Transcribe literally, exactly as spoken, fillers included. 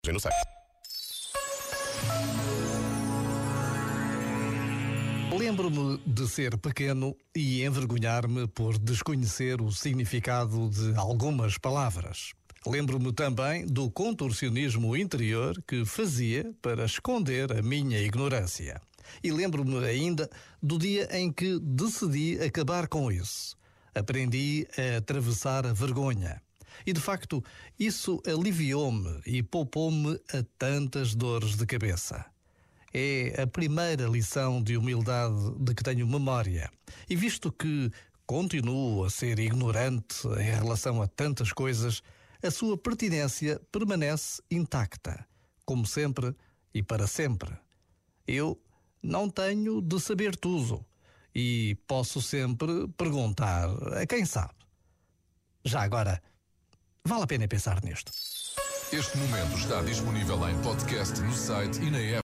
no site. Lembro-me de ser pequeno e envergonhar-me por desconhecer o significado de algumas palavras. Lembro-me também do contorcionismo interior que fazia para esconder a minha ignorância. E lembro-me ainda do dia em que decidi acabar com isso. Aprendi a atravessar a vergonha. E, de facto, isso aliviou-me e poupou-me a tantas dores de cabeça. É a primeira lição de humildade de que tenho memória. E visto que continuo a ser ignorante em relação a tantas coisas, a sua pertinência permanece intacta, como sempre e para sempre. Eu não tenho de saber tudo e posso sempre perguntar a quem sabe. Já agora, vale a pena pensar nisto. Este momento está disponível em podcast no site e na app.